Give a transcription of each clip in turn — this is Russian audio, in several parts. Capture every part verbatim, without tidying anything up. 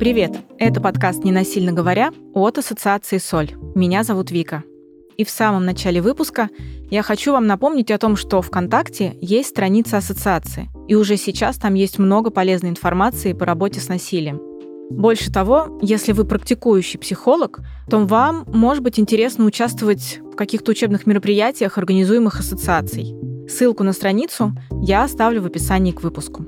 Привет! Это подкаст «Ненасильно говоря» от Ассоциации «Соль». Меня зовут Вика. И в самом начале выпуска я хочу вам напомнить о том, что ВКонтакте есть страница ассоциации, и уже сейчас там есть много полезной информации по работе с насилием. Больше того, если вы практикующий психолог, то вам может быть интересно участвовать в каких-то учебных мероприятиях, организуемых ассоциацией. Ссылку на страницу я оставлю в описании к выпуску.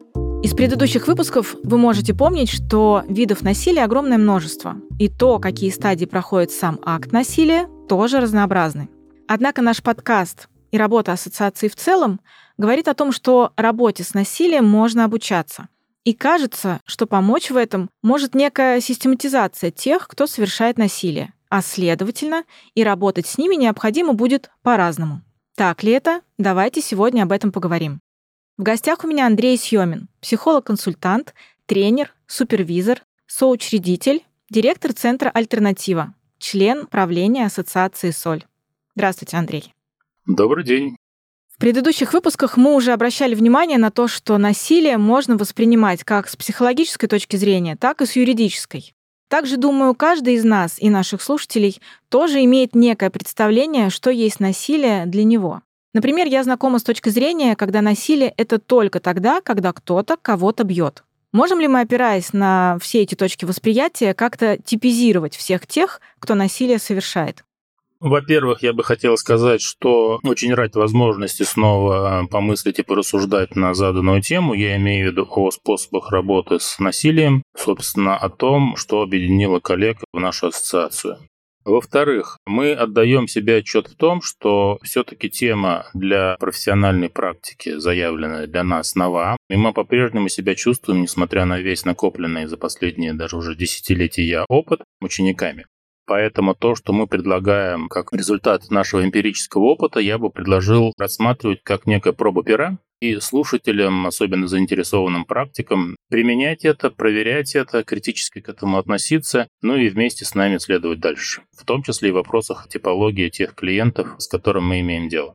Из предыдущих выпусков вы можете помнить, что видов насилия огромное множество, и то, какие стадии проходит сам акт насилия, тоже разнообразны. Однако наш подкаст и работа ассоциации в целом говорит о том, что работе с насилием можно обучаться. И кажется, что помочь в этом может некая систематизация тех, кто совершает насилие, а следовательно, и работать с ними необходимо будет по-разному. Так ли это? Давайте сегодня об этом поговорим. В гостях у меня Андрей Сьомин, психолог-консультант, тренер, супервизор, соучредитель, директор Центра «Альтернатива», член правления Ассоциации «Соль». Здравствуйте, Андрей. Добрый день. В предыдущих выпусках мы уже обращали внимание на то, что насилие можно воспринимать как с психологической точки зрения, так и с юридической. Также, думаю, каждый из нас и наших слушателей тоже имеет некое представление, что есть насилие для него. Например, я знакома с точки зрения, когда насилие — это только тогда, когда кто-то кого-то бьет. Можем ли мы, опираясь на все эти точки восприятия, как-то типизировать всех тех, кто насилие совершает? Во-первых, я бы хотел сказать, что очень рад возможности снова помыслить и порассуждать на заданную тему. Я имею в виду о способах работы с насилием, собственно, о том, что объединило коллег в нашу ассоциацию. Во-вторых, мы отдаем себе отчет в том, что все-таки тема для профессиональной практики, заявленная для нас, нова, и мы по-прежнему себя чувствуем, несмотря на весь накопленный за последние даже уже десятилетия опыт, учениками. Поэтому то, что мы предлагаем как результат нашего эмпирического опыта, я бы предложил рассматривать как некая проба пера, и слушателям, особенно заинтересованным практикам, применять это, проверять это, критически к этому относиться, ну и вместе с нами следовать дальше, в том числе и в вопросах типологии тех клиентов, с которыми мы имеем дело.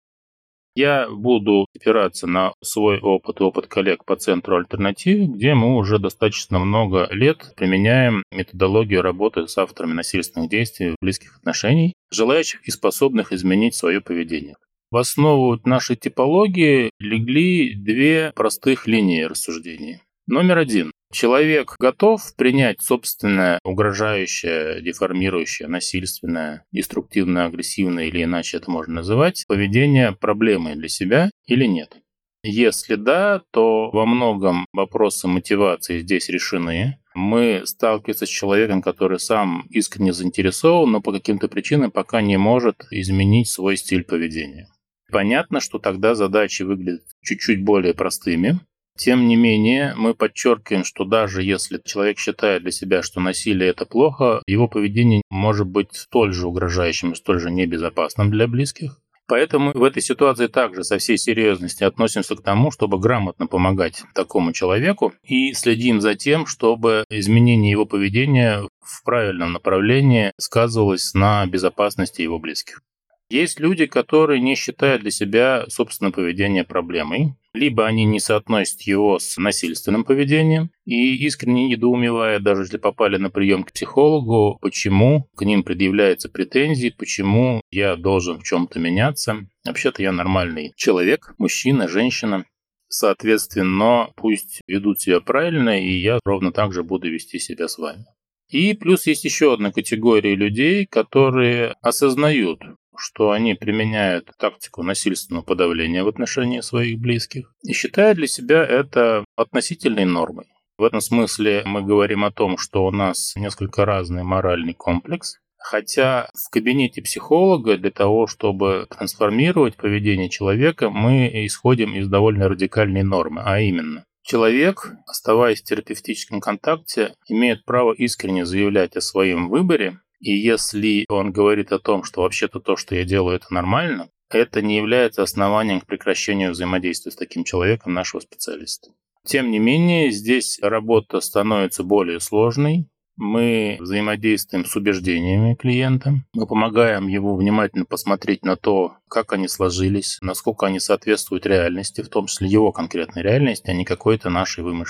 Я буду опираться на свой опыт и опыт коллег по Центру «Альтернативы», где мы уже достаточно много лет применяем методологию работы с авторами насильственных действий в близких отношениях, желающих и способных изменить свое поведение. В основу нашей типологии легли две простых линии рассуждений. Номер один. Человек готов принять собственное угрожающее, деформирующее, насильственное, деструктивное, агрессивное или иначе это можно называть, поведение проблемой для себя или нет? Если да, то во многом вопросы мотивации здесь решены. Мы сталкиваемся с человеком, который сам искренне заинтересован, но по каким-то причинам пока не может изменить свой стиль поведения. Понятно, что тогда задачи выглядят чуть-чуть более простыми. Тем не менее, мы подчеркиваем, что даже если человек считает для себя, что насилие – это плохо, его поведение может быть столь же угрожающим и столь же небезопасным для близких. Поэтому в этой ситуации также со всей серьезностью относимся к тому, чтобы грамотно помогать такому человеку и следим за тем, чтобы изменение его поведения в правильном направлении сказывалось на безопасности его близких. Есть люди, которые не считают для себя собственное поведение проблемой, либо они не соотносят его с насильственным поведением и искренне недоумевая, даже если попали на прием к психологу, почему к ним предъявляются претензии, почему я должен в чем-то меняться. Вообще-то я нормальный человек, мужчина, женщина. Соответственно, пусть ведут себя правильно, и я ровно так же буду вести себя с вами. И плюс есть еще одна категория людей, которые осознают, что они применяют тактику насильственного подавления в отношении своих близких и считают для себя это относительной нормой. В этом смысле мы говорим о том, что у нас несколько разный моральный комплекс, хотя в кабинете психолога для того, чтобы трансформировать поведение человека, мы исходим из довольно радикальной нормы, а именно человек, оставаясь в терапевтическом контакте, имеет право искренне заявлять о своем выборе. И если он говорит о том, что вообще-то то, что я делаю, это нормально, это не является основанием к прекращению взаимодействия с таким человеком нашего специалиста. Тем не менее, здесь работа становится более сложной. Мы взаимодействуем с убеждениями клиента. Мы помогаем ему внимательно посмотреть на то, как они сложились, насколько они соответствуют реальности, в том числе его конкретной реальности, а не какой-то нашей вымышленной.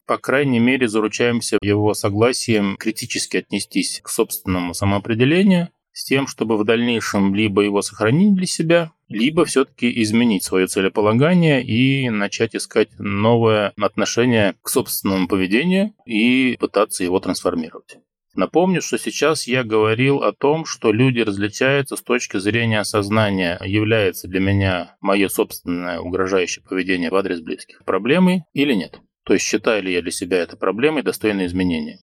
по крайней мере, заручаемся его согласием критически отнестись к собственному самоопределению, с тем, чтобы в дальнейшем либо его сохранить для себя, либо все-таки изменить свое целеполагание и начать искать новое отношение к собственному поведению и пытаться его трансформировать. Напомню, что сейчас я говорил о том, что люди различаются с точки зрения осознания, является для меня мое собственное угрожающее поведение в адрес близких проблемой или нет. То есть считаю ли я для себя это проблемой, достойной изменения.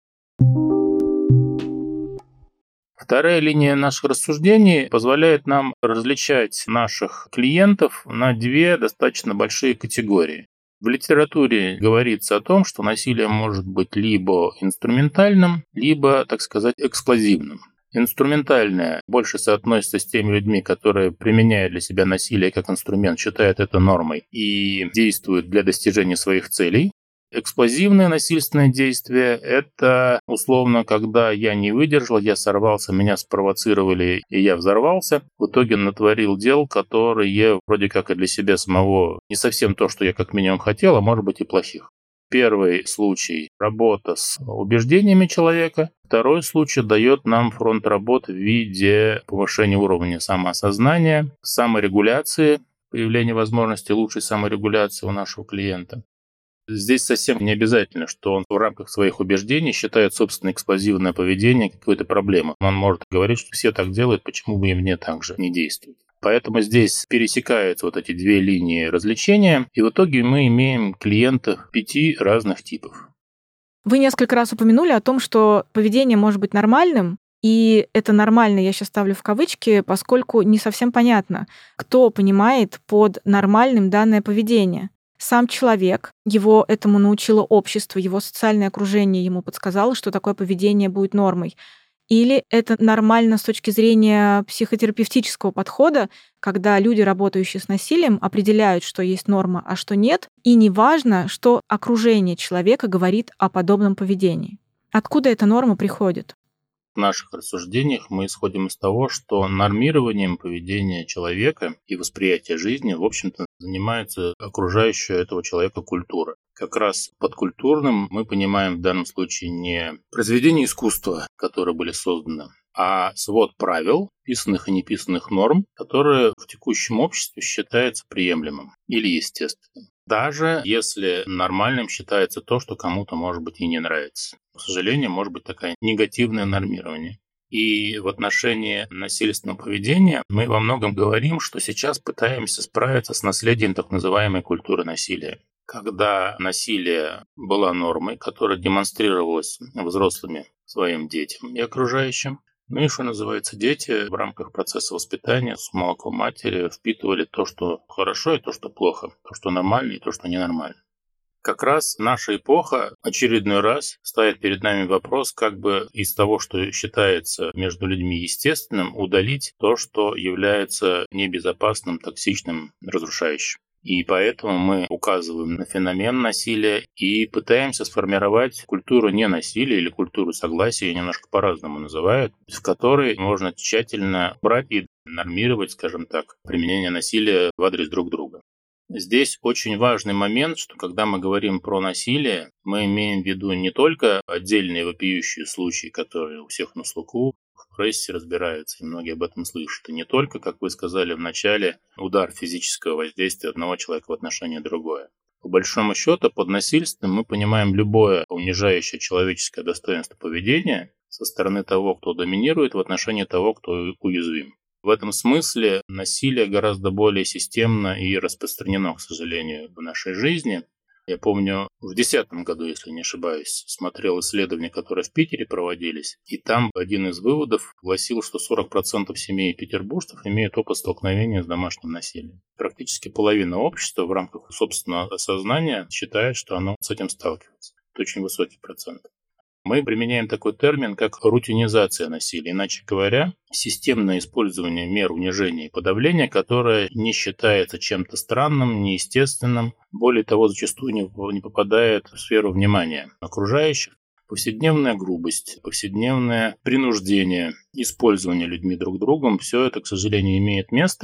Вторая линия наших рассуждений позволяет нам различать наших клиентов на две достаточно большие категории. В литературе говорится о том, что насилие может быть либо инструментальным, либо, так сказать, эксплозивным. Инструментальное больше соотносится с теми людьми, которые, применяя для себя насилие как инструмент, считают это нормой и действуют для достижения своих целей. Эксплозивное насильственное действие – это, условно, когда я не выдержал, я сорвался, меня спровоцировали, и я взорвался. В итоге натворил дел, которые вроде как и для себя самого не совсем то, что я как минимум хотел, а может быть и плохих. Первый случай – работа с убеждениями человека. Второй случай дает нам фронт работ в виде повышения уровня самоосознания, саморегуляции, появления возможности лучшей саморегуляции у нашего клиента. Здесь совсем не обязательно, что он в рамках своих убеждений считает собственное эксплозивное поведение какой-то проблемой. Он может говорить, что все так делают, почему бы и мне так же не действовать. Поэтому здесь пересекаются вот эти две линии развлечения, и в итоге мы имеем клиентов пяти разных типов. Вы несколько раз упомянули о том, что поведение может быть нормальным, и это нормально, я сейчас ставлю в кавычки, поскольку не совсем понятно, кто понимает под нормальным данное поведение. Сам человек, его этому научило общество, его социальное окружение ему подсказало, что такое поведение будет нормой. Или это нормально с точки зрения психотерапевтического подхода, когда люди, работающие с насилием, определяют, что есть норма, а что нет, и неважно, что окружение человека говорит о подобном поведении. Откуда эта норма приходит? В наших рассуждениях мы исходим из того, что нормированием поведения человека и восприятия жизни, в общем-то, занимается окружающая этого человека культура. Как раз под культурным мы понимаем в данном случае не произведения искусства, которые были созданы, а свод правил, писанных и неписанных норм, которые в текущем обществе считаются приемлемым или естественным. Даже если нормальным считается то, что кому-то, может быть, и не нравится. К сожалению, может быть такое негативное нормирование. И в отношении насильственного поведения мы во многом говорим, что сейчас пытаемся справиться с наследием так называемой культуры насилия. Когда насилие было нормой, которая демонстрировалась взрослыми своим детям и окружающим, ну и что называется, дети в рамках процесса воспитания с молоком матери впитывали то, что хорошо и то, что плохо, то, что нормально и то, что ненормально. Как раз наша эпоха очередной раз ставит перед нами вопрос, как бы из того, что считается между людьми естественным, удалить то, что является небезопасным, токсичным, разрушающим. И поэтому мы указываем на феномен насилия и пытаемся сформировать культуру ненасилия или культуру согласия, ее немножко по-разному называют, в которой можно тщательно брать и нормировать, скажем так, применение насилия в адрес друг друга. Здесь очень важный момент, что когда мы говорим про насилие, мы имеем в виду не только отдельные вопиющие случаи, которые у всех на слуху, в прессе разбираются, и многие об этом слышат. И не только, как вы сказали в начале, удар физического воздействия одного человека в отношении другого. По большому счету, под насильством мы понимаем любое унижающее человеческое достоинство поведения со стороны того, кто доминирует, в отношении того, кто уязвим. В этом смысле насилие гораздо более системно и распространено, к сожалению, в нашей жизни. Я помню, в две тысячи десятом году, если не ошибаюсь, смотрел исследования, которые в Питере проводились, и там один из выводов гласил, что сорок процентов семей петербуржцев имеют опыт столкновения с домашним насилием. Практически половина общества в рамках собственного осознания считает, что оно с этим сталкивается. Это очень высокий процент. Мы применяем такой термин, как рутинизация насилия. Иначе говоря, системное использование мер унижения и подавления, которое не считается чем-то странным, неестественным, более того, зачастую не попадает в сферу внимания окружающих. Повседневная грубость, повседневное принуждение, использование людьми друг другом – все это, к сожалению, имеет место.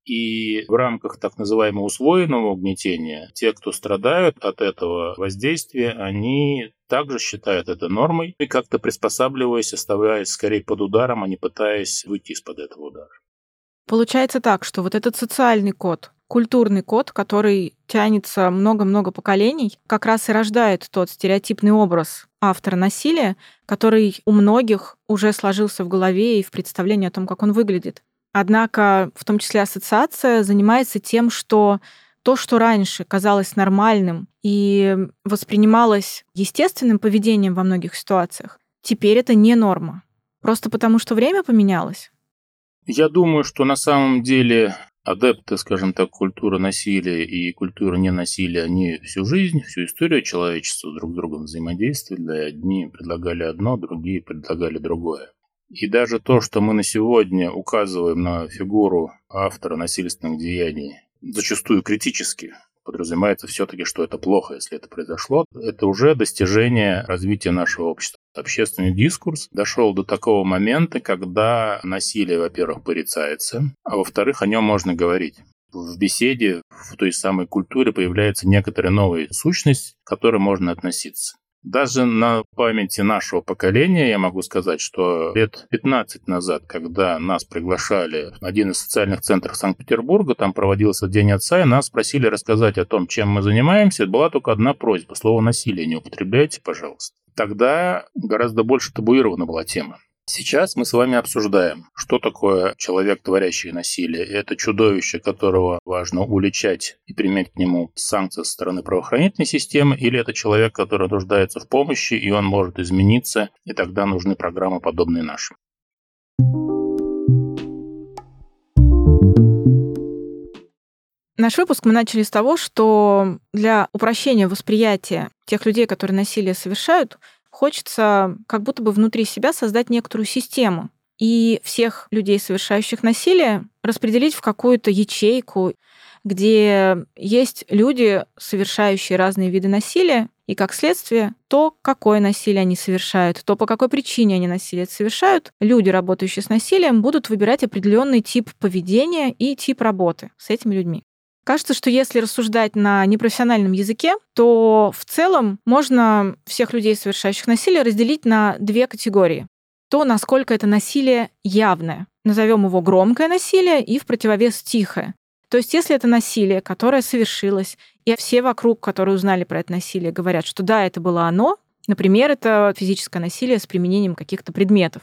И в рамках так называемого усвоенного угнетения те, кто страдают от этого воздействия, они также считают это нормой и как-то приспосабливаясь, оставаясь скорее под ударом, а не пытаясь выйти из-под этого удара. Получается так, что вот этот социальный код, культурный код, который тянется много-много поколений, как раз и рождает тот стереотипный образ автора насилия, который у многих уже сложился в голове и в представлении о том, как он выглядит. Однако, в том числе ассоциация занимается тем, что то, что раньше казалось нормальным и воспринималось естественным поведением во многих ситуациях, теперь это не норма. Просто потому, что время поменялось. Я думаю, что на самом деле адепты, скажем так, культуры насилия и культуры ненасилия, они всю жизнь, всю историю человечества друг с другом взаимодействовали. Одни предлагали одно, другие предлагали другое. И даже то, что мы на сегодня указываем на фигуру автора насильственных деяний, зачастую критически, подразумевается все-таки, что это плохо, если это произошло, это уже достижение развития нашего общества. Общественный дискурс дошел до такого момента, когда насилие, во-первых, порицается, а во-вторых, о нем можно говорить. В беседе, в той самой культуре появляется некоторая новая сущность, к которой можно относиться. Даже на памяти нашего поколения я могу сказать, что лет пятнадцать назад, когда нас приглашали в один из социальных центров Санкт-Петербурга, там проводился День отца, и нас просили рассказать о том, чем мы занимаемся, была только одна просьба: слово «насилие» не употребляйте, пожалуйста. Тогда гораздо больше табуирована была тема. Сейчас мы с вами обсуждаем, что такое человек, творящий насилие. Это чудовище, которого важно уличать и применять к нему санкции со стороны правоохранительной системы, или это человек, который нуждается в помощи, и он может измениться, и тогда нужны программы, подобные нашим. Наш выпуск мы начали с того, что для упрощения восприятия тех людей, которые насилие совершают, хочется как будто бы внутри себя создать некоторую систему и всех людей, совершающих насилие, распределить в какую-то ячейку, где есть люди, совершающие разные виды насилия, и как следствие то, какое насилие они совершают, то, по какой причине они насилие совершают, люди, работающие с насилием, будут выбирать определенный тип поведения и тип работы с этими людьми. Кажется, что если рассуждать на непрофессиональном языке, то в целом можно всех людей, совершающих насилие, разделить на две категории. То, насколько это насилие явное. Назовем его громкое насилие и в противовес тихое. То есть если это насилие, которое совершилось, и все вокруг, которые узнали про это насилие, говорят, что да, это было оно, например, это физическое насилие с применением каких-то предметов,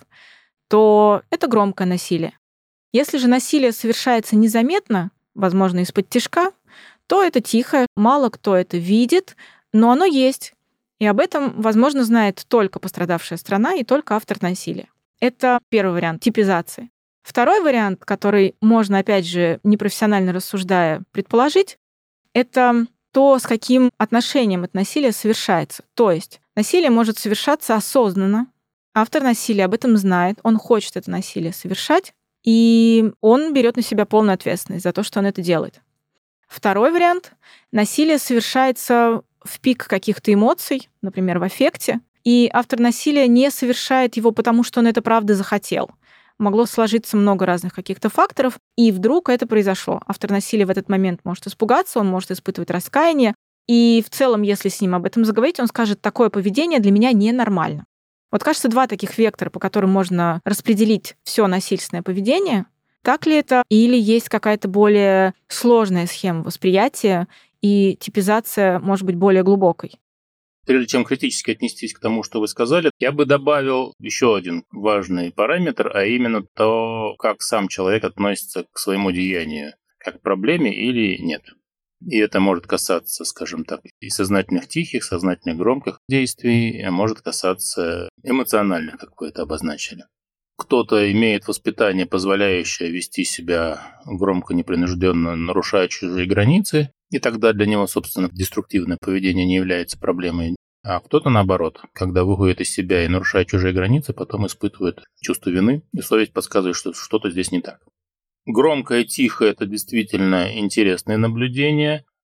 то это громкое насилие. Если же насилие совершается незаметно, возможно, из-под тишка, то это тихое, мало кто это видит, но оно есть. И об этом, возможно, знает только пострадавшая сторона и только автор насилия. Это первый вариант типизации. Второй вариант, который можно, опять же, непрофессионально рассуждая, предположить, это то, с каким отношением это насилие совершается. То есть насилие может совершаться осознанно, автор насилия об этом знает, он хочет это насилие совершать, и он берет на себя полную ответственность за то, что он это делает. Второй вариант. Насилие совершается в пик каких-то эмоций, например, в аффекте, и автор насилия не совершает его, потому что он это правда захотел. Могло сложиться много разных каких-то факторов, и вдруг это произошло. Автор насилия в этот момент может испугаться, он может испытывать раскаяние, и в целом, если с ним об этом заговорить, он скажет: такое поведение для меня ненормально. Вот, кажется, два таких вектора, по которым можно распределить все насильственное поведение. Так ли это? Или есть какая-то более сложная схема восприятия, и типизация может быть более глубокой? Прежде чем критически отнестись к тому, что вы сказали, я бы добавил еще один важный параметр, а именно то, как сам человек относится к своему деянию, как к проблеме или нет. И это может касаться, скажем так, и сознательных тихих, сознательных громких действий, а может касаться эмоциональных, как вы это обозначили. Кто-то имеет воспитание, позволяющее вести себя громко, непринужденно, нарушая чужие границы, и тогда для него, собственно, деструктивное поведение не является проблемой. А кто-то, наоборот, когда выходит из себя и нарушает чужие границы, потом испытывает чувство вины, и совесть подсказывает, что что-то здесь не так. Громко и тихо – это действительно интересное наблюдение.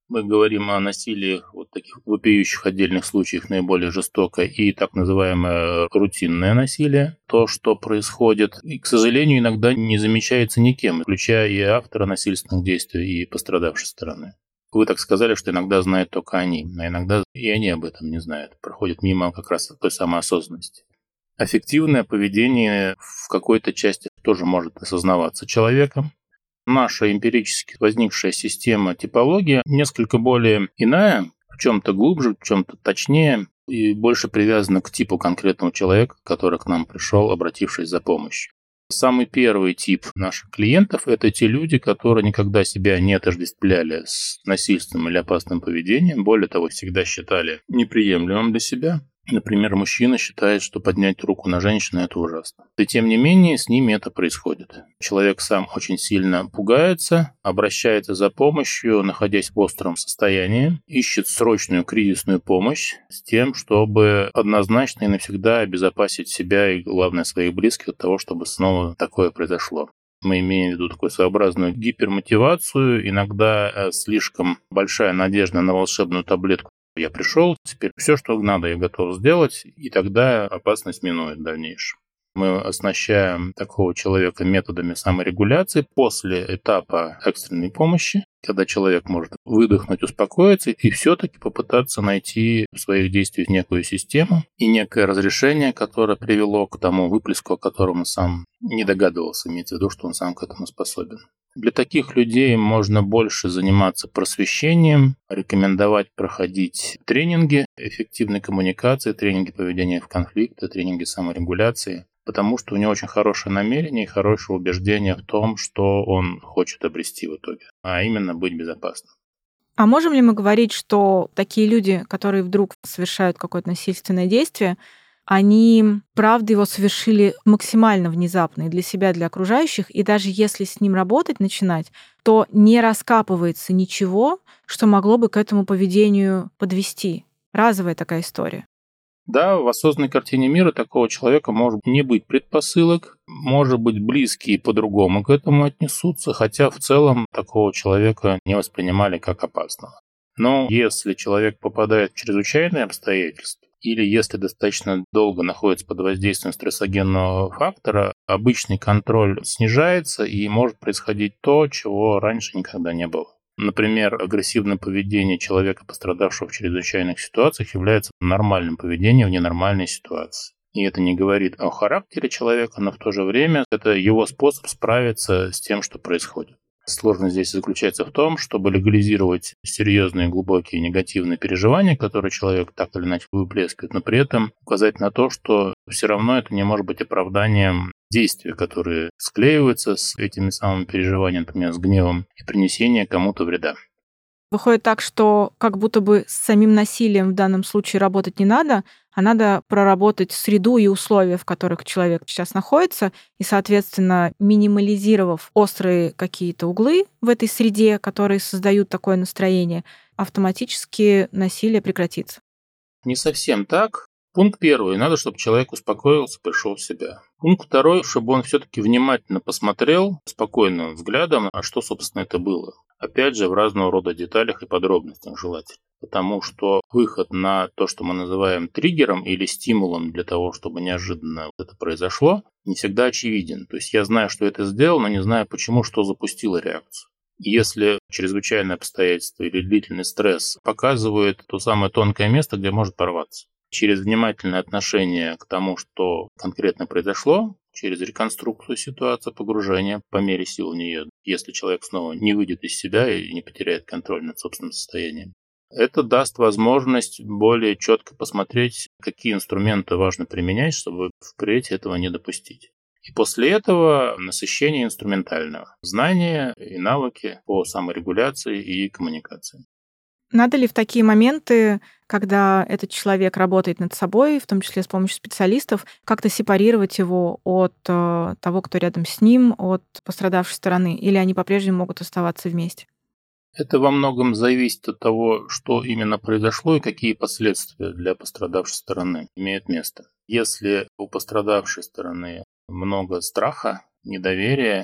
Мы говорим о насилии, вот таких вопиющих отдельных случаях, наиболее жестокое, и так называемое рутинное насилие, то, что происходит, и, к сожалению, иногда не замечается никем, включая и автора насильственных действий, и пострадавшей стороны. Вы так сказали, что иногда знают только они, а иногда и они об этом не знают, проходят мимо как раз той самой осознанности. Аффективное поведение в какой-то части тоже может осознаваться человеком. Наша эмпирически возникшая система типология несколько более иная, в чем-то глубже, в чем-то точнее и больше привязана к типу конкретного человека, который к нам пришел, обратившись за помощью. Самый первый тип наших клиентов – это те люди, которые никогда себя не отождествляли с насильственным или опасным поведением, более того, всегда считали неприемлемым для себя. Например, мужчина считает, что поднять руку на женщину – это ужасно. И тем не менее, с ними это происходит. Человек сам очень сильно пугается, обращается за помощью, находясь в остром состоянии, ищет срочную кризисную помощь с тем, чтобы однозначно и навсегда обезопасить себя и, главное, своих близких от того, чтобы снова такое произошло. Мы имеем в виду такую своеобразную гипермотивацию, иногда слишком большая надежда на волшебную таблетку. Я пришел, теперь все, что надо, я готов сделать, и тогда опасность минует в дальнейшем. Мы оснащаем такого человека методами саморегуляции после этапа экстренной помощи, когда человек может выдохнуть, успокоиться и все-таки попытаться найти в своих действиях некую систему и некое разрешение, которое привело к тому выплеску, о котором он сам не догадывался, имеется в виду, что он сам к этому способен. Для таких людей можно больше заниматься просвещением, рекомендовать проходить тренинги эффективной коммуникации, тренинги поведения в конфликте, тренинги саморегуляции, потому что у него очень хорошее намерение и хорошее убеждение в том, что он хочет обрести в итоге, а именно быть безопасным. А можем ли мы говорить, что такие люди, которые вдруг совершают какое-то насильственное действие, они, правда, его совершили максимально внезапно и для себя, и для окружающих, и даже если с ним работать начинать, то не раскапывается ничего, что могло бы к этому поведению подвести? Разовая такая история. Да, в осознанной картине мира такого человека может не быть предпосылок, может быть, близкие по-другому к этому отнесутся, хотя в целом такого человека не воспринимали как опасного. Но если человек попадает в чрезвычайные обстоятельства, или если достаточно долго находится под воздействием стрессогенного фактора, обычный контроль снижается и может происходить то, чего раньше никогда не было. Например, агрессивное поведение человека, пострадавшего в чрезвычайных ситуациях, является нормальным поведением в ненормальной ситуации. И это не говорит о характере человека, но в то же время это его способ справиться с тем, что происходит. Сложность здесь заключается в том, чтобы легализировать серьезные, глубокие негативные переживания, которые человек так или иначе выплескивает, но при этом указать на то, что все равно это не может быть оправданием действия, которые склеиваются с этими самыми переживаниями, например, с гневом, и принесения кому-то вреда. Выходит так, что как будто бы с самим насилием в данном случае работать не надо, а надо проработать среду и условия, в которых человек сейчас находится, и, соответственно, минимализировав острые какие-то углы в этой среде, которые создают такое настроение, автоматически насилие прекратится. Не совсем так. Пункт первый. Надо, чтобы человек успокоился, пришел в себя. Пункт второй, чтобы он все-таки внимательно посмотрел спокойным взглядом, а что, собственно, это было. Опять же, в разного рода деталях и подробностях желательно. Потому что выход на то, что мы называем триггером или стимулом для того, чтобы неожиданно это произошло, не всегда очевиден. То есть я знаю, что это сделал, но не знаю, почему, что запустило реакцию. Если чрезвычайное обстоятельство или длительный стресс показывает то самое тонкое место, где может порваться. Через внимательное отношение к тому, что конкретно произошло, через реконструкцию ситуации, погружение по мере сил в нее, если человек снова не выйдет из себя и не потеряет контроль над собственным состоянием. Это даст возможность более четко посмотреть, какие инструменты важно применять, чтобы впредь этого не допустить. И после этого насыщение инструментального. Знания и навыки по саморегуляции и коммуникации. Надо ли в такие моменты, когда этот человек работает над собой, в том числе с помощью специалистов, как-то сепарировать его от э, того, кто рядом с ним, от пострадавшей стороны? Или они по-прежнему могут оставаться вместе? Это во многом зависит от того, что именно произошло и какие последствия для пострадавшей стороны имеют место. Если у пострадавшей стороны много страха, недоверия,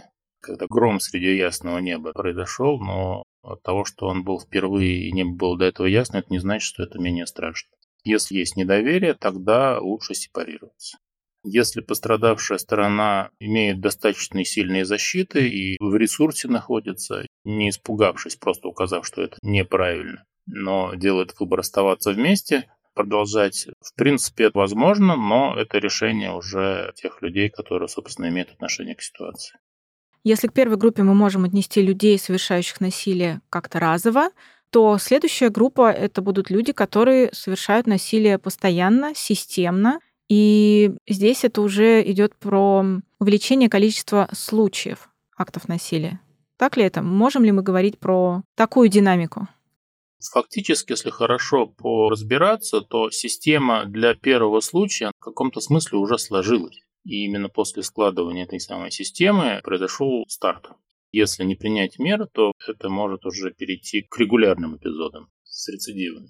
когда гром среди ясного неба произошел, но от того, что он был впервые и небо было до этого ясно, это не значит, что это менее страшно. Если есть недоверие, тогда лучше сепарироваться. Если пострадавшая сторона имеет достаточно сильные защиты и в ресурсе находится, не испугавшись, просто указав, что это неправильно, но делает выбор оставаться вместе, продолжать, в принципе, это возможно, но это решение уже тех людей, которые, собственно, имеют отношение к ситуации. Если к первой группе мы можем отнести людей, совершающих насилие как-то разово, то следующая группа — это будут люди, которые совершают насилие постоянно, системно. И здесь это уже идет про увеличение количества случаев актов насилия. Так ли это? Можем ли мы говорить про такую динамику? Фактически, если хорошо поразбираться, то система для первого случая в каком-то смысле уже сложилась. И именно после складывания этой самой системы произошел старт. Если не принять меры, то это может уже перейти к регулярным эпизодам с рецидивами.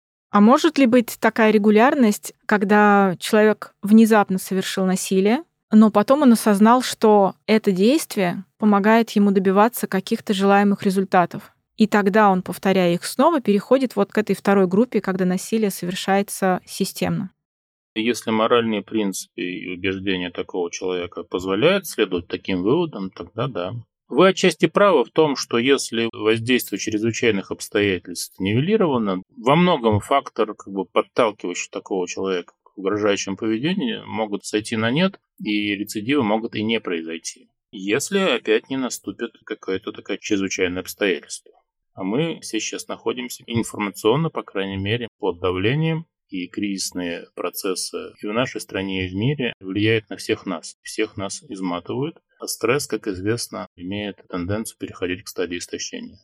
А может ли быть такая регулярность, когда человек внезапно совершил насилие, но потом он осознал, что это действие помогает ему добиваться каких-то желаемых результатов? И тогда он, повторяя их снова, переходит вот к этой второй группе, когда насилие совершается системно. Если моральные принципы и убеждения такого человека позволяют следовать таким выводам, тогда да. Вы отчасти правы в том, что если воздействие чрезвычайных обстоятельств нивелировано, во многом фактор, как бы подталкивающий такого человека к угрожающему поведению, могут сойти на нет, и рецидивы могут и не произойти. Если опять не наступит какое-то такое чрезвычайное обстоятельство. А мы все сейчас находимся информационно, по крайней мере, под давлением, и кризисные процессы и в нашей стране, и в мире влияют на всех нас. Всех нас изматывают. А стресс, как известно, имеет тенденцию переходить к стадии истощения.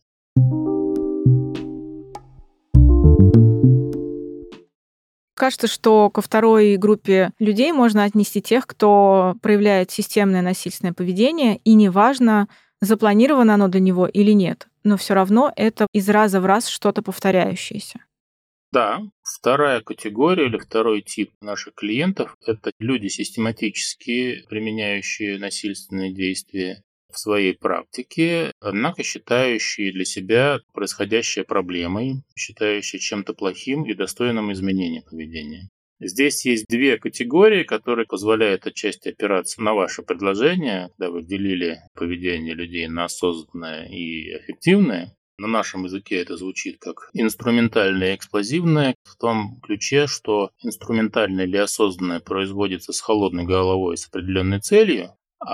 Кажется, что ко второй группе людей можно отнести тех, кто проявляет системное насильственное поведение, и неважно, запланировано оно для него или нет, но все равно это из раза в раз что-то повторяющееся. Да, вторая категория или второй тип наших клиентов – это люди, систематически применяющие насильственные действия в своей практике, однако считающие для себя происходящее проблемой, считающие чем-то плохим и достойным изменения поведения. Здесь есть две категории, которые позволяют отчасти опираться на ваше предложение, когда вы делили поведение людей на осознанное и эффективное. На нашем языке это звучит как инструментальное и эксплозивное, в том ключе, что инструментальное или осознанное производится с холодной головой с определенной целью,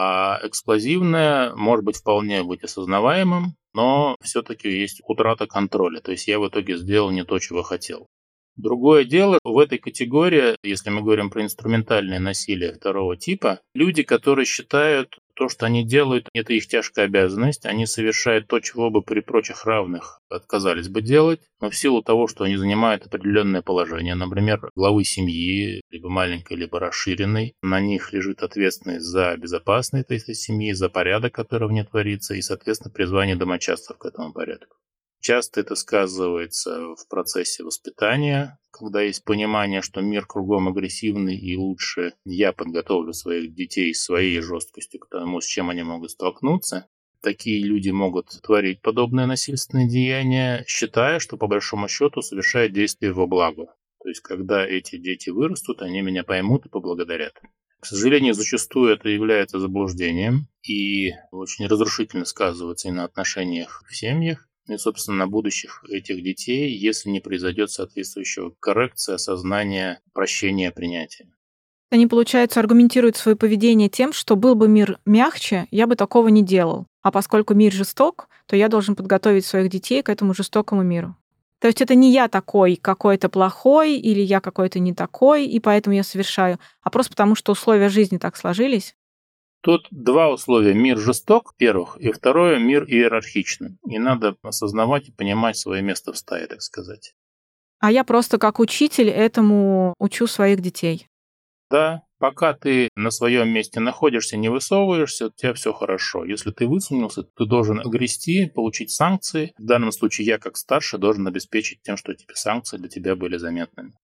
а эксплозивное может быть вполне быть осознаваемым, но все-таки есть утрата контроля, то есть я в итоге сделал не то, чего хотел. Другое дело, в этой категории, если мы говорим про инструментальное насилие второго типа, люди, которые считают, то, что они делают, это их тяжкая обязанность, они совершают то, чего бы при прочих равных отказались бы делать, но в силу того, что они занимают определенное положение, например, главы семьи, либо маленькой, либо расширенной, на них лежит ответственность за безопасность этой семьи, за порядок, который в ней творится, и, соответственно, призвание домочадцев к этому порядку. Часто это сказывается в процессе воспитания, когда есть понимание, что мир кругом агрессивный, и лучше я подготовлю своих детей своей жесткостью к тому, с чем они могут столкнуться. Такие люди могут творить подобные насильственные деяния, считая, что по большому счету совершают действия во благо. То есть, когда эти дети вырастут, они меня поймут и поблагодарят. К сожалению, зачастую это является заблуждением и очень разрушительно сказывается и на отношениях в семьях, и, собственно, на будущих этих детей, если не произойдет соответствующего коррекции, осознания, прощения, принятия. Они, получается, аргументируют свое поведение тем, что был бы мир мягче, я бы такого не делал. А поскольку мир жесток, то я должен подготовить своих детей к этому жестокому миру. То есть это не я такой какой-то плохой, или я какой-то не такой, и поэтому я совершаю, а просто потому, что условия жизни так сложились. Тут два условия. Мир жесток, первых, и второе, мир иерархичный. И надо осознавать и понимать свое место в стае, так сказать. А я просто как учитель этому учу своих детей. Да, пока ты на своем месте находишься, не высовываешься, у тебя все хорошо. Если ты высунулся, ты должен огрести, получить санкции. В данном случае я, как старший, должен обеспечить тем, что эти санкции для тебя были заметными.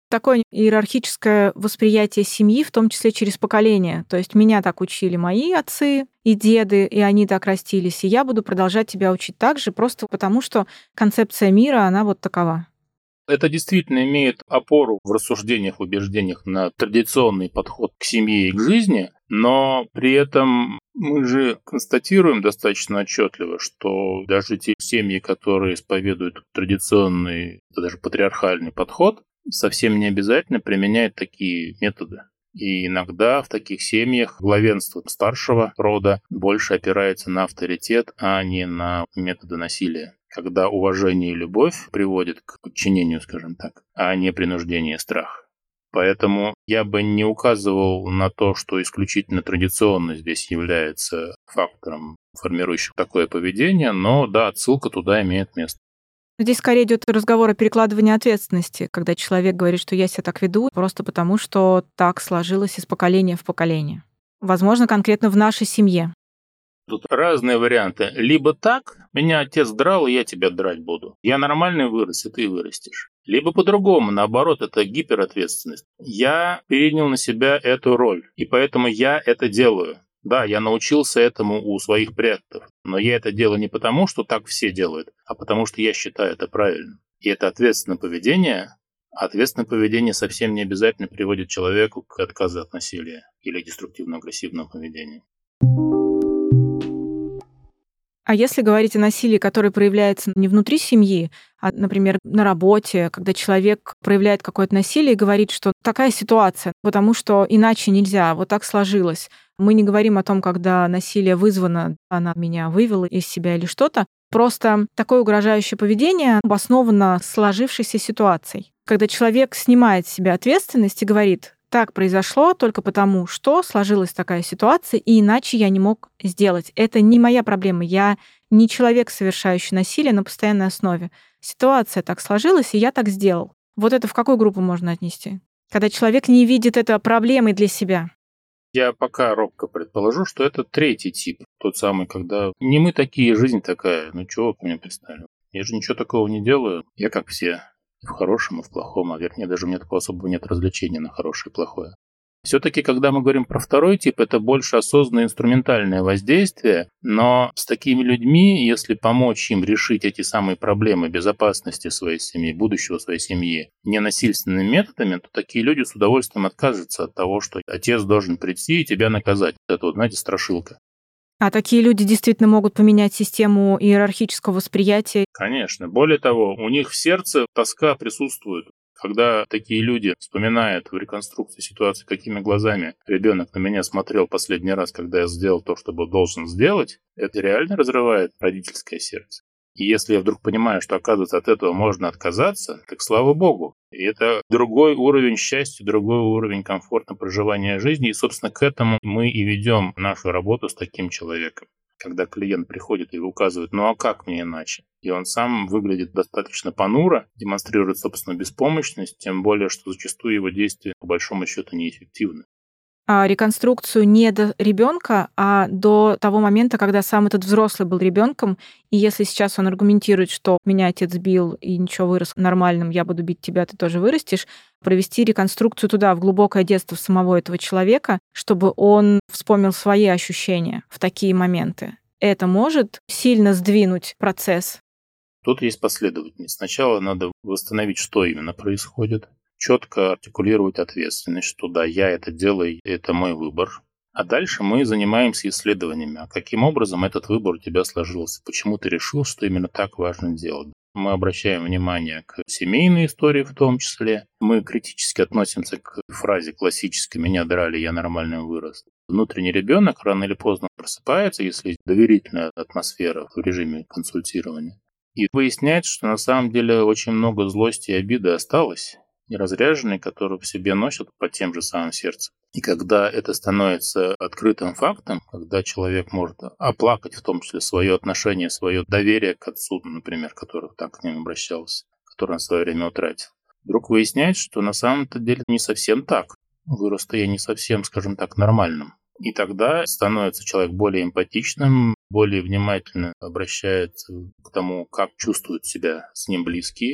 Такое иерархическое восприятие семьи, в том числе через поколение. То есть меня так учили мои отцы и деды, и они так растились, и я буду продолжать тебя учить так же, просто потому что концепция мира, она вот такова. Это действительно имеет опору в рассуждениях, в убеждениях на традиционный подход к семье и к жизни, но при этом мы же констатируем достаточно отчетливо, что даже те семьи, которые исповедуют традиционный, даже патриархальный подход, совсем не обязательно применяют такие методы. И иногда в таких семьях главенство старшего рода больше опирается на авторитет, а не на методы насилия. Когда уважение и любовь приводят к подчинению, скажем так, а не принуждение и страх. Поэтому я бы не указывал на то, что исключительно традиционно здесь является фактором, формирующим такое поведение, но да, отсылка туда имеет место. Здесь скорее идет разговор о перекладывании ответственности, когда человек говорит, что я себя так веду просто потому, что так сложилось из поколения в поколение. Возможно, конкретно в нашей семье. Тут разные варианты. Либо так, меня отец драл, и я тебя драть буду. Я нормальный вырос, и ты вырастешь. Либо по-другому, наоборот, это гиперответственность. Я перенял на себя эту роль, и поэтому я это делаю. Да, я научился этому у своих предков, но я это делаю не потому, что так все делают, а потому что я считаю это правильным. И это ответственное поведение. Ответственное поведение совсем не обязательно приводит человеку к отказу от насилия или деструктивно-агрессивного поведения. А если говорить о насилии, которое проявляется не внутри семьи, а, например, на работе, когда человек проявляет какое-то насилие и говорит, что такая ситуация, потому что иначе нельзя, вот так сложилось. Мы не говорим о том, когда насилие вызвано, она меня вывела из себя или что-то. Просто такое угрожающее поведение обосновано сложившейся ситуацией. Когда человек снимает с себя ответственность и говорит: так произошло только потому, что сложилась такая ситуация, и иначе я не мог сделать. Это не моя проблема. Я не человек, совершающий насилие на постоянной основе. Ситуация так сложилась, и я так сделал. Вот это в какую группу можно отнести? Когда человек не видит это проблемой для себя. Я пока робко предположу, что это третий тип. Тот самый, когда не мы такие, жизнь такая. Ну чего вы ко мне пристали? Я же ничего такого не делаю. Я как все. И в хорошем, и в плохом. А вернее, даже у меня такого особого нет развлечения на хорошее и плохое. Все-таки, когда мы говорим про второй тип, это больше осознанное инструментальное воздействие, но с такими людьми, если помочь им решить эти самые проблемы безопасности своей семьи, будущего своей семьи, ненасильственными методами, то такие люди с удовольствием откажутся от того, что отец должен прийти и тебя наказать. Это вот, знаете, страшилка. А такие люди действительно могут поменять систему иерархического восприятия. Конечно. Более того, у них в сердце тоска присутствует. Когда такие люди вспоминают в реконструкции ситуации, какими глазами ребенок на меня смотрел последний раз, когда я сделал то, что был должен сделать, это реально разрывает родительское сердце. И если я вдруг понимаю, что, оказывается, от этого можно отказаться, так слава богу. И это другой уровень счастья, другой уровень комфортного проживания жизни. И, собственно, к этому мы и ведем нашу работу с таким человеком. Когда клиент приходит и указывает: ну а как мне иначе? И он сам выглядит достаточно понуро, демонстрирует собственную беспомощность, тем более, что зачастую его действия по большому счету неэффективны. А реконструкцию не до ребенка, а до того момента, когда сам этот взрослый был ребенком, и если сейчас он аргументирует, что меня отец бил и ничего, вырос нормальным, я буду бить тебя, ты тоже вырастешь, провести реконструкцию туда, в глубокое детство самого этого человека, чтобы он вспомнил свои ощущения в такие моменты. Это может сильно сдвинуть процесс. Тут есть последовательность. Сначала надо восстановить, что именно происходит. Четко артикулировать ответственность, что да, я это делаю, это мой выбор. А дальше мы занимаемся исследованиями. А каким образом этот выбор у тебя сложился? Почему ты решил, что именно так важно делать? Мы обращаем внимание к семейной истории в том числе. Мы критически относимся к фразе классической «меня драли, я нормально вырос». Внутренний ребенок рано или поздно просыпается, если есть доверительная атмосфера в режиме консультирования. И выясняется, что на самом деле очень много злости и обиды осталось, неразряженные, которые в себе носят по тем же самым сердцем. И когда это становится открытым фактом, когда человек может оплакать в том числе свое отношение, свое доверие к отцу, например, который так к ним обращался, который он в свое время утратил, вдруг выясняется, что на самом-то деле не совсем так. Вырос-то я не совсем, скажем так, нормальным. И тогда становится человек более эмпатичным, более внимательно обращается к тому, как чувствуют себя с ним близкие.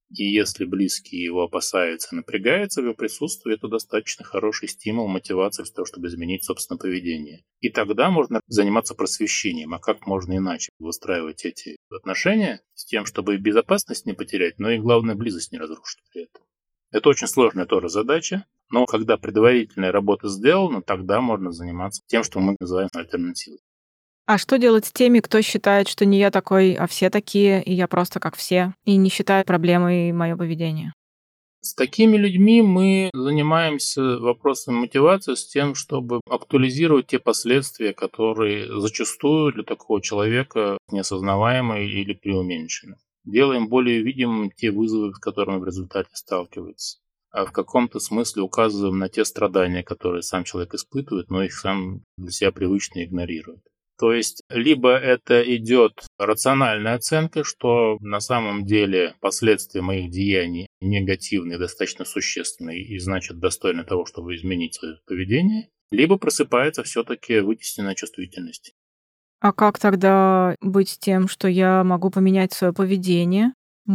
И если близкие его опасаются, напрягаются в его присутствии, это достаточно хороший стимул, мотивация для того, чтобы изменить собственное поведение. И тогда можно заниматься просвещением. А как можно иначе выстраивать эти отношения с тем, чтобы и безопасность не потерять, но и, главное, близость не разрушить при этом. Это очень сложная тоже задача, но когда предварительная работа сделана, тогда можно заниматься тем, что мы называем альтернативой. А что делать с теми, кто считает, что не я такой, а все такие, и я просто как все, и не считает проблемой мое поведение? С такими людьми мы занимаемся вопросом мотивации с тем, чтобы актуализировать те последствия, которые зачастую для такого человека неосознаваемы или преуменьшены. Делаем более видимым те вызовы, с которыми в результате сталкивается. А в каком-то смысле указываем на те страдания, которые сам человек испытывает, но их сам для себя привычно игнорирует. То есть, либо это идет рациональная оценка, что на самом деле последствия моих деяний негативные, достаточно существенные и значит достойны того, чтобы изменить свое поведение, либо просыпается все-таки вытесненная чувствительность. А как тогда быть с тем, что я могу поменять свое поведение?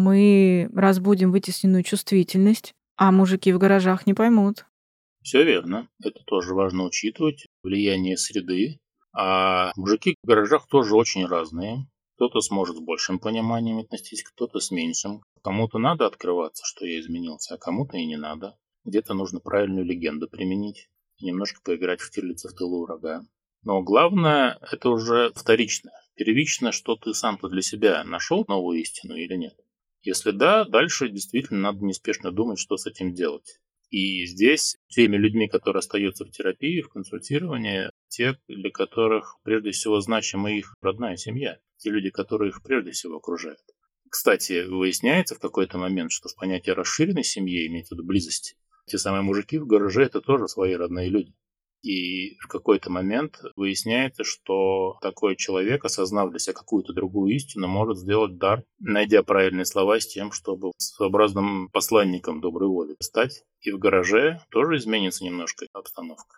Мы разбудим вытесненную чувствительность, а мужики в гаражах не поймут. Все верно. Это тоже важно учитывать. Влияние среды. А мужики в гаражах тоже очень разные. Кто-то сможет с большим пониманием относиться, кто-то с меньшим. Кому-то надо открываться, что я изменился, а кому-то и не надо. Где-то нужно правильную легенду применить и немножко поиграть в Штирлица в тылу врага. Но главное, это уже вторично. Первично, что ты сам-то для себя нашел новую истину или нет. Если да, дальше действительно надо неспешно думать, что с этим делать. И здесь теми людьми, которые остаются в терапии, в консультировании, те, для которых прежде всего значима их родная семья, те люди, которые их прежде всего окружают. Кстати, выясняется в какой-то момент, что в понятие расширенной семьи, имеется в виду близость, те самые мужики в гараже – это тоже свои родные люди. И в какой-то момент выясняется, что такой человек, осознав для себя какую-то другую истину, может сделать дар, найдя правильные слова с тем, чтобы своеобразным посланником доброй воли стать. И в гараже тоже изменится немножко обстановка.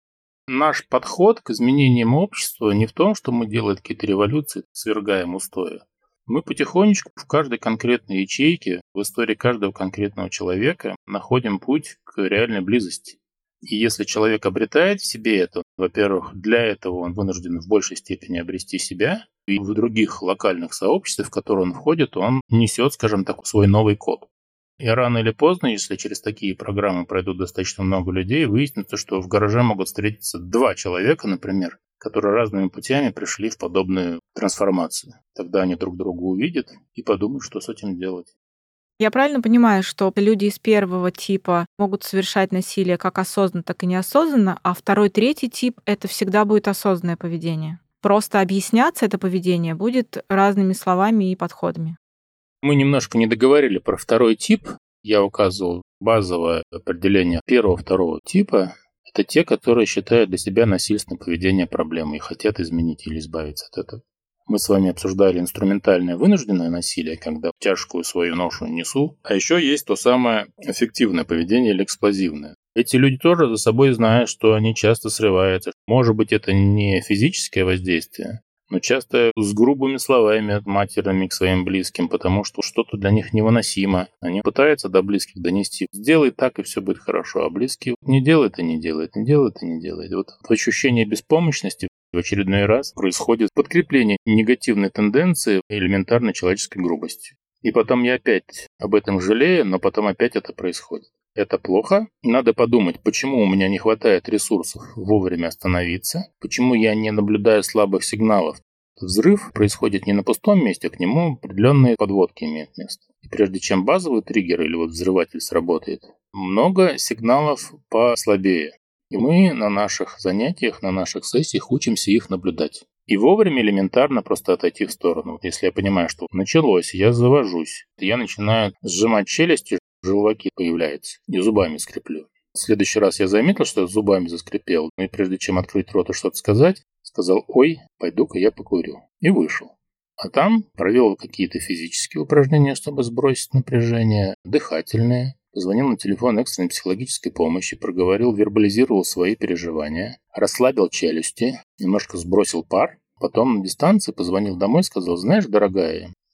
Наш подход к изменениям общества не в том, что мы делаем какие-то революции, свергаем устои. Мы потихонечку в каждой конкретной ячейке, в истории каждого конкретного человека находим путь к реальной близости. И если человек обретает в себе это, во-первых, для этого он вынужден в большей степени обрести себя, и в других локальных сообществах, в которые он входит, он несет, скажем так, свой новый код. И рано или поздно, если через такие программы пройдут достаточно много людей, выяснится, что в гараже могут встретиться два человека, например, которые разными путями пришли в подобную трансформацию. Тогда они друг друга увидят и подумают, что с этим делать. Я правильно понимаю, что люди из первого типа могут совершать насилие как осознанно, так и неосознанно, а второй, третий тип — это всегда будет осознанное поведение? Просто объясняться это поведение будет разными словами и подходами. Мы немножко не договорили про второй тип. Я указывал базовое определение первого-второго типа. Это те, которые считают для себя насильственное поведение проблемой и хотят изменить или избавиться от этого. Мы с вами обсуждали инструментальное вынужденное насилие, когда тяжкую свою ношу несу. А еще есть то самое эффективное поведение или эксплозивное. Эти люди тоже за собой знают, что они часто срываются. Может быть, это не физическое воздействие, но часто с грубыми словами, матерными к своим близким, потому что что-то для них невыносимо. Они пытаются до близких донести. Сделай так, и все будет хорошо. А близкие не делают и не делают, не делают и не делают. Вот ощущение беспомощности в очередной раз происходит подкрепление негативной тенденции элементарной человеческой грубости. И потом я опять об этом жалею, но потом опять это происходит. Это плохо. Надо подумать, почему у меня не хватает ресурсов вовремя остановиться, почему я не наблюдаю слабых сигналов. Взрыв происходит не на пустом месте, к нему определенные подводки имеют место. И прежде чем базовый триггер или вот взрыватель сработает, много сигналов послабее. И мы на наших занятиях, на наших сессиях учимся их наблюдать. И вовремя элементарно просто отойти в сторону. Вот если я понимаю, что началось, я завожусь, я начинаю сжимать челюсти, желваки появляются, и зубами скреплю. В следующий раз я заметил, что я зубами заскрипел, и прежде чем открыть рот и что-то сказать, сказал: ой, пойду-ка я покурю. И вышел. А там провел какие-то физические упражнения, чтобы сбросить напряжение, дыхательные. Позвонил на телефон экстренной психологической помощи, проговорил, вербализировал свои переживания, расслабил челюсти, немножко сбросил пар. Потом на дистанции позвонил домой и сказал: знаешь, дорогая,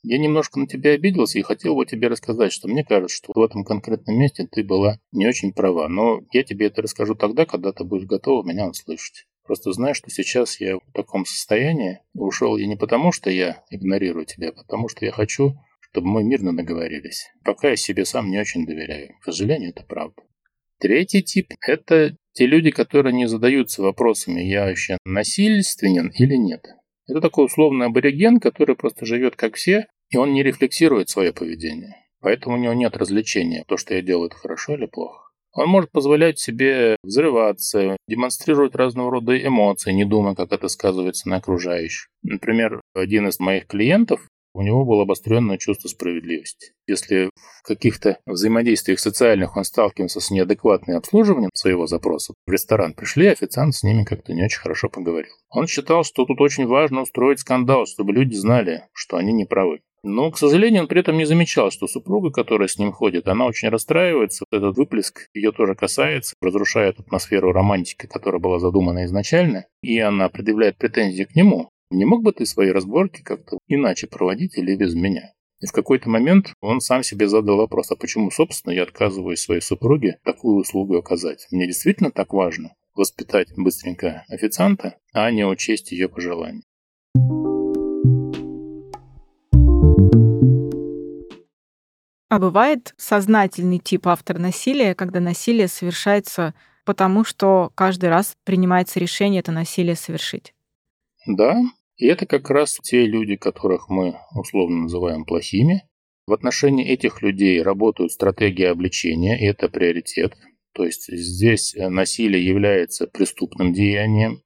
Я немножко на тебя обиделся и хотел бы тебе рассказать, что мне кажется, что в этом конкретном месте ты была не очень права. Но я тебе это расскажу тогда, когда ты будешь готова меня услышать. Просто знай, что сейчас я в таком состоянии. Ушел я не потому, что я игнорирую тебя, а потому что я хочу, чтобы мы мирно договорились. Пока я себе сам не очень доверяю. К сожалению, это правда. Третий тип – это те люди, которые не задаются вопросами, я вообще насильственен или нет. Это такой условный абориген, который просто живет как все, и он не рефлексирует свое поведение. Поэтому у него нет развлечения, то, что я делаю, это хорошо или плохо. Он может позволять себе взрываться, демонстрировать разного рода эмоции, не думая, как это сказывается на окружающих. Например, один из моих клиентов, у него было обостренное чувство справедливости. Если в каких-то взаимодействиях социальных он сталкивался с неадекватным обслуживанием своего запроса, в ресторан пришли, официант с ними как-то не очень хорошо поговорил. Он считал, что тут очень важно устроить скандал, чтобы люди знали, что они не правы. Но, к сожалению, он при этом не замечал, что супруга, которая с ним ходит, она очень расстраивается. Этот выплеск ее тоже касается, разрушает атмосферу романтики, которая была задумана изначально, и она предъявляет претензии к нему. Не мог бы ты свои разборки как-то иначе проводить или без меня? И в какой-то момент он сам себе задал вопрос, а почему, собственно, я отказываюсь своей супруге такую услугу оказать? Мне действительно так важно воспитать быстренько официанта, а не учесть ее пожелания. А бывает сознательный тип автор насилия, когда насилие совершается потому, что каждый раз принимается решение это насилие совершить? Да, и это как раз те люди, которых мы условно называем плохими. В отношении этих людей работают стратегии обличения, и это приоритет. То есть здесь насилие является преступным деянием,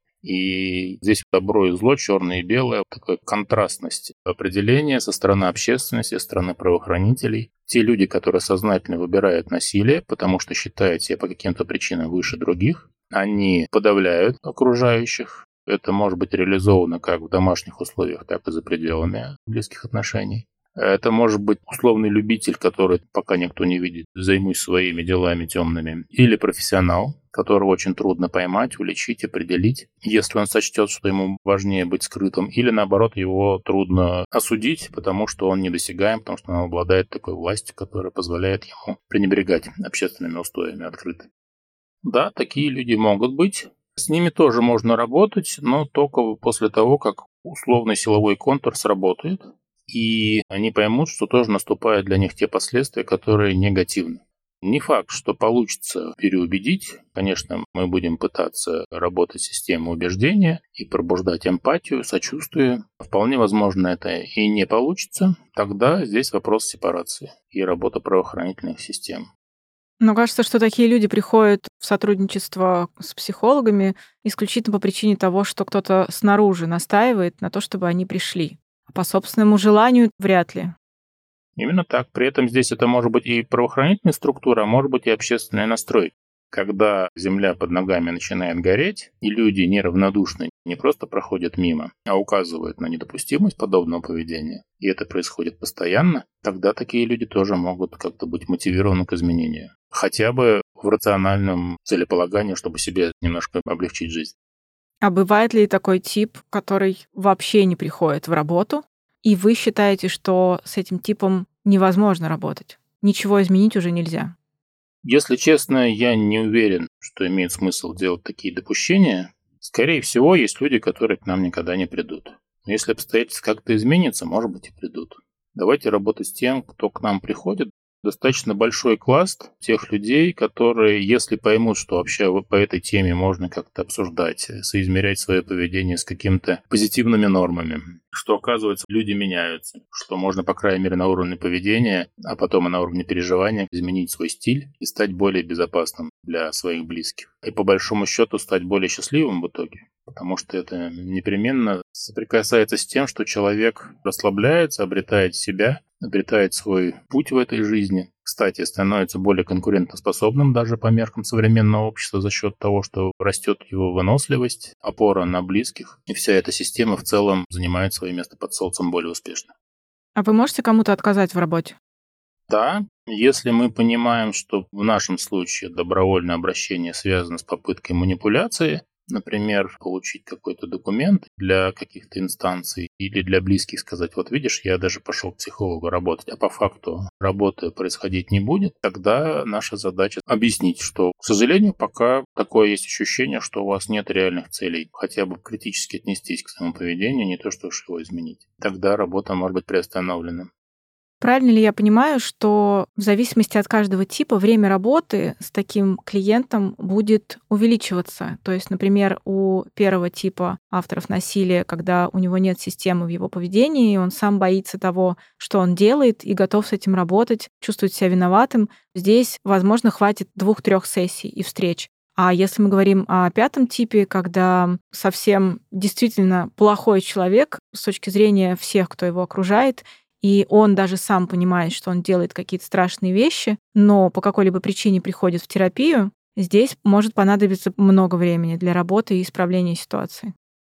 и здесь добро и зло, черное и белое, такая контрастность определения со стороны общественности, со стороны правоохранителей. Те люди, которые сознательно выбирают насилие, потому что считают себя по каким-то причинам выше других, они подавляют окружающих. Это может быть реализовано как в домашних условиях, так и за пределами близких отношений. Это может быть условный любитель, который пока никто не видит, займусь своими делами темными, или профессионал, которого очень трудно поймать, уличить, определить, если он сочтет, что ему важнее быть скрытым, или наоборот его трудно осудить, потому что он недосягаем, потому что он обладает такой властью, которая позволяет ему пренебрегать общественными устоями открыто. Да, такие люди могут быть. С ними тоже можно работать, но только после того, как условный силовой контур сработает, и они поймут, что тоже наступают для них те последствия, которые негативны. Не факт, что получится переубедить. Конечно, мы будем пытаться работать с системой убеждения и пробуждать эмпатию, сочувствие. Вполне возможно, это и не получится. Тогда здесь вопрос сепарации и работа правоохранительных систем. Но кажется, что такие люди приходят в сотрудничество с психологами исключительно по причине того, что кто-то снаружи настаивает на то, чтобы они пришли. А по собственному желанию вряд ли. Именно так. При этом здесь это может быть и правоохранительная структура, а может быть и общественный настрой. Когда земля под ногами начинает гореть, и люди неравнодушны, не просто проходят мимо, а указывают на недопустимость подобного поведения, и это происходит постоянно, тогда такие люди тоже могут как-то быть мотивированы к изменению. Хотя бы в рациональном целеполагании, чтобы себе немножко облегчить жизнь. А бывает ли такой тип, который вообще не приходит в работу, и вы считаете, что с этим типом невозможно работать? Ничего изменить уже нельзя? Если честно, я не уверен, что имеет смысл делать такие допущения. Скорее всего, есть люди, которые к нам никогда не придут. Но если обстоятельства как-то изменятся, может быть, и придут. Давайте работать с тем, кто к нам приходит. Достаточно большой класс тех людей, которые, если поймут, что вообще по этой теме можно как-то обсуждать, соизмерять свое поведение с какими-то позитивными нормами, что, оказывается, люди меняются, что можно, по крайней мере, на уровне поведения, а потом и на уровне переживания изменить свой стиль и стать более безопасным для своих близких. И, по большому счету, стать более счастливым в итоге. Потому что это непременно соприкасается с тем, что человек расслабляется, обретает себя, обретает свой путь в этой жизни. Кстати, становится более конкурентоспособным даже по меркам современного общества за счет того, что растет его выносливость, опора на близких. И вся эта система в целом занимает свое место под солнцем более успешно. А вы можете кому-то отказать в работе? Да, если мы понимаем, что в нашем случае добровольное обращение связано с попыткой манипуляции, Например, получить какой-то документ для каких-то инстанций или для близких сказать, вот видишь, я даже пошел к психологу работать, а по факту работы происходить не будет, тогда наша задача объяснить, что, к сожалению, пока такое есть ощущение, что у вас нет реальных целей, хотя бы критически отнестись к своему поведению, не то что уж его изменить. Тогда работа может быть приостановлена. Правильно ли я понимаю, что в зависимости от каждого типа время работы с таким клиентом будет увеличиваться? То есть, например, у первого типа авторов насилия, когда у него нет системы в его поведении, и он сам боится того, что он делает, и готов с этим работать, чувствует себя виноватым, здесь, возможно, хватит двух-трех сессий и встреч. А если мы говорим о пятом типе, когда совсем действительно плохой человек с точки зрения всех, кто его окружает, и он даже сам понимает, что он делает какие-то страшные вещи, но по какой-либо причине приходит в терапию, здесь может понадобиться много времени для работы и исправления ситуации.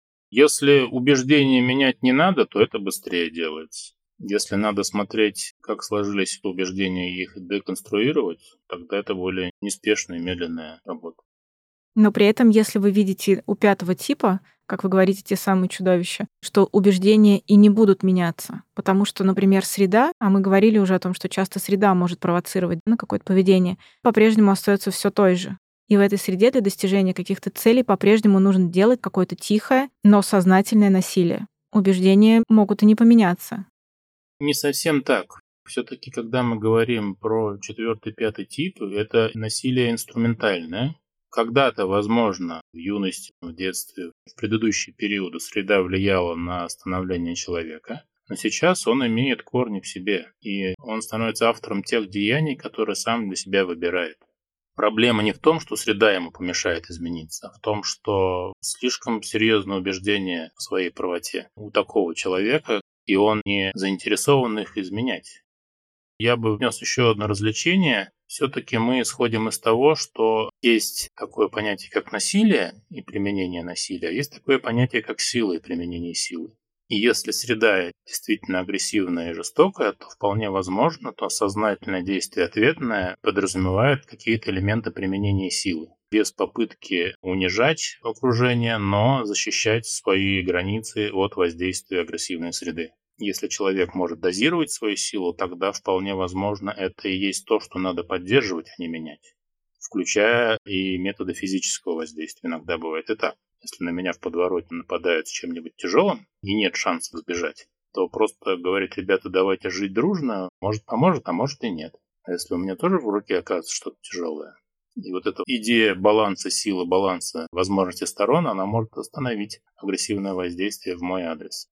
Если убеждения менять не надо, то это быстрее делается. Если надо смотреть, как сложились убеждения и их деконструировать, тогда это более неспешная и медленная работа. Но при этом, если вы видите у пятого типа, как вы говорите, те самые чудовища, что убеждения и не будут меняться. Потому что, например, среда, а мы говорили уже о том, что часто среда может провоцировать на какое-то поведение, по-прежнему остается все той же. И в этой среде для достижения каких-то целей по-прежнему нужно делать какое-то тихое, но сознательное насилие. Убеждения могут и не поменяться. Не совсем так. Все-таки, когда мы говорим про четвертый, пятый тип, это насилие инструментальное. Когда-то, возможно, в юности, в детстве, в предыдущие периоды среда влияла на становление человека, но сейчас он имеет корни в себе, и он становится автором тех деяний, которые сам для себя выбирает. Проблема не в том, что среда ему помешает измениться, а в том, что слишком серьезное убеждение в своей правоте у такого человека, и он не заинтересован их изменять. Я бы внес еще одно развлечение. Все-таки мы исходим из того, что есть такое понятие, как насилие и применение насилия, а есть такое понятие, как сила и применение силы. И если среда действительно агрессивная и жестокая, то вполне возможно, то сознательное действие ответное подразумевает какие-то элементы применения силы. Без попытки унижать окружение, но защищать свои границы от воздействия агрессивной среды. Если человек может дозировать свою силу, тогда вполне возможно это и есть то, что надо поддерживать, а не менять. Включая и методы физического воздействия. Иногда бывает и так. Если на меня в подворотне нападают с чем-нибудь тяжелым и нет шансов сбежать, то просто говорить, ребята, давайте жить дружно, может поможет, а может и нет. А если у меня тоже в руке оказывается что-то тяжелое, и вот эта идея баланса силы, баланса возможности сторон, она может остановить агрессивное воздействие в мой адрес.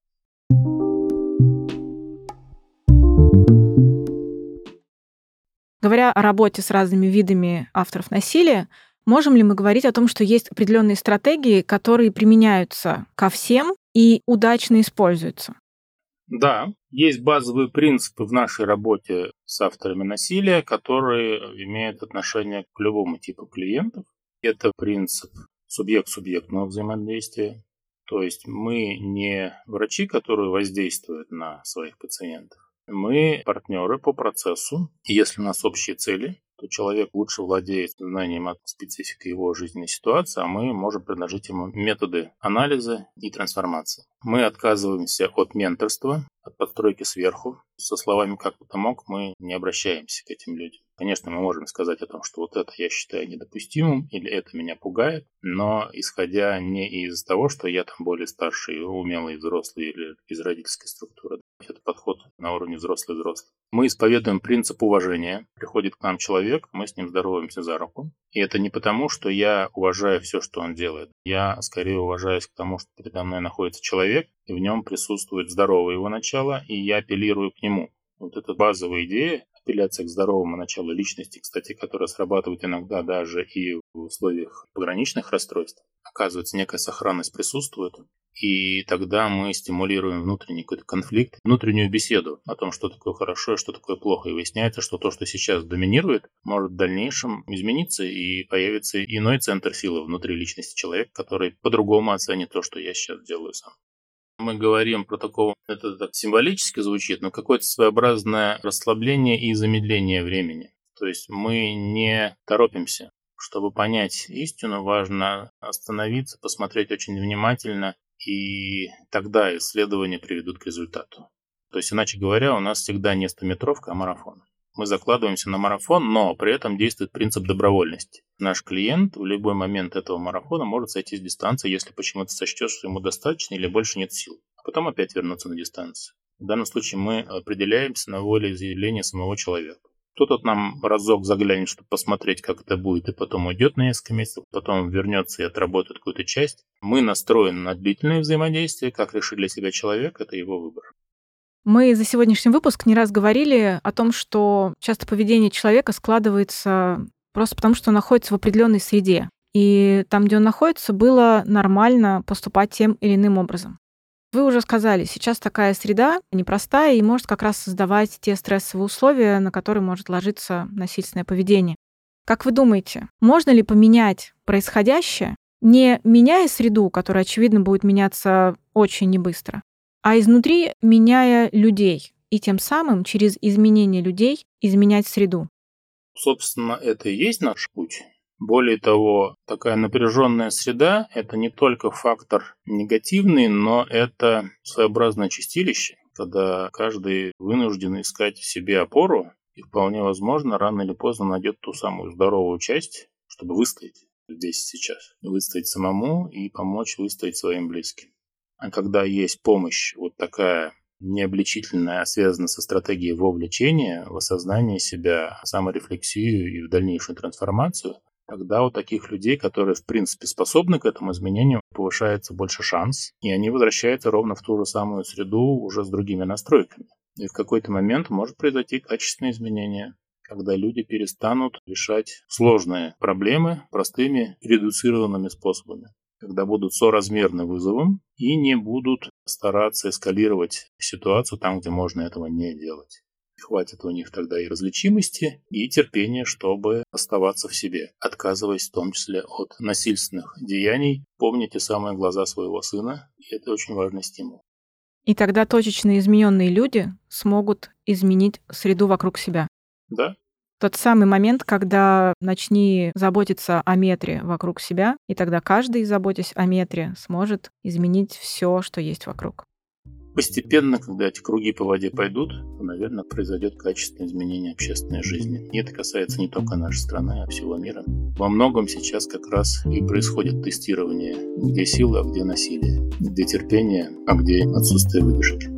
Говоря о работе с разными видами авторов насилия, можем ли мы говорить о том, что есть определенные стратегии, которые применяются ко всем и удачно используются? Да, есть базовые принципы в нашей работе с авторами насилия, которые имеют отношение к любому типу клиентов. Это принцип субъект-субъектного взаимодействия. То есть мы не врачи, которые воздействуют на своих пациентов. Мы партнеры по процессу. И если у нас общие цели, то человек лучше владеет знанием от специфики его жизненной ситуации, а мы можем предложить ему методы анализа и трансформации. Мы отказываемся от менторства, от подстройки сверху. Со словами «как бы помог» мы не обращаемся к этим людям. Конечно, мы можем сказать о том, что вот это я считаю недопустимым или это меня пугает, но исходя не из того, что я там более старший, умелый, взрослый или из родительской структуры. Это подход на уровне взрослый-взрослый. Мы исповедуем принцип уважения. Приходит к нам человек, мы с ним здороваемся за руку. И это не потому, что я уважаю все, что он делает. Я скорее уважаюсь к тому, что передо мной находится человек, и в нем присутствует здоровое его начало, и я апеллирую к нему. Вот это базовая идея, апелляция к здоровому началу личности, кстати, которая срабатывает иногда даже и в условиях пограничных расстройств. Оказывается, некая сохранность присутствует. И тогда мы стимулируем внутренний какой-то конфликт, внутреннюю беседу о том, что такое хорошо и что такое плохо. И выясняется, что то, что сейчас доминирует, может в дальнейшем измениться и появится иной центр силы внутри личности человека, который по-другому оценит то, что я сейчас делаю сам. Мы говорим про такого, это так символически звучит, но какое-то своеобразное расслабление и замедление времени. То есть мы не торопимся. Чтобы понять истину, важно остановиться, посмотреть очень внимательно, и тогда исследования приведут к результату. То есть, иначе говоря, у нас всегда не стометровка, а марафон. Мы закладываемся на марафон, но при этом действует принцип добровольности. Наш клиент в любой момент этого марафона может сойти с дистанции, если почему-то сочтет, что ему достаточно или больше нет сил, а потом опять вернуться на дистанцию. В данном случае мы определяемся на волеизъявление самого человека. Кто-то нам разок заглянет, чтобы посмотреть, как это будет, и потом уйдет на несколько месяцев, потом вернется и отработает какую-то часть. Мы настроены на длительное взаимодействие, как решит для себя человек, это его выбор. Мы за сегодняшний выпуск не раз говорили о том, что часто поведение человека складывается просто потому, что он находится в определенной среде. И там, где он находится, было нормально поступать тем или иным образом. Вы уже сказали, сейчас такая среда непростая и может как раз создавать те стрессовые условия, на которые может ложиться насильственное поведение. Как вы думаете, можно ли поменять происходящее, не меняя среду, которая, очевидно, будет меняться очень небыстро, а изнутри меняя людей и тем самым через изменение людей изменять среду? Собственно, это и есть наш путь. Более того, такая напряженная среда – это не только фактор негативный, но это своеобразное чистилище, когда каждый вынужден искать в себе опору и вполне возможно рано или поздно найдет ту самую здоровую часть, чтобы выстоять здесь и сейчас. Выстоять самому и помочь выстоять своим близким. А когда есть помощь вот такая необличительная, а связана со стратегией вовлечения, в осознание себя, саморефлексию и в дальнейшую трансформацию, тогда у таких людей, которые в принципе способны к этому изменению, повышается больше шанс, и они возвращаются ровно в ту же самую среду уже с другими настройками. И в какой-то момент может произойти качественное изменение, когда люди перестанут решать сложные проблемы простыми редуцированными способами, когда будут соразмерны вызовам и не будут стараться эскалировать ситуацию там, где можно этого не делать. Хватит у них тогда и различимости, и терпения, чтобы оставаться в себе, отказываясь в том числе от насильственных деяний. Помните самые глаза своего сына, и это очень важный стимул. И тогда точечно измененные люди смогут изменить среду вокруг себя. Да. Тот самый момент, когда начни заботиться о метре вокруг себя, и тогда каждый, заботясь о метре, сможет изменить все, что есть вокруг. Постепенно, когда эти круги по воде пойдут, то, наверное, произойдет качественное изменение общественной жизни. И это касается не только нашей страны, а всего мира. Во многом сейчас как раз и происходит тестирование, где сила, а где насилие, где терпение, а где отсутствие выдержки.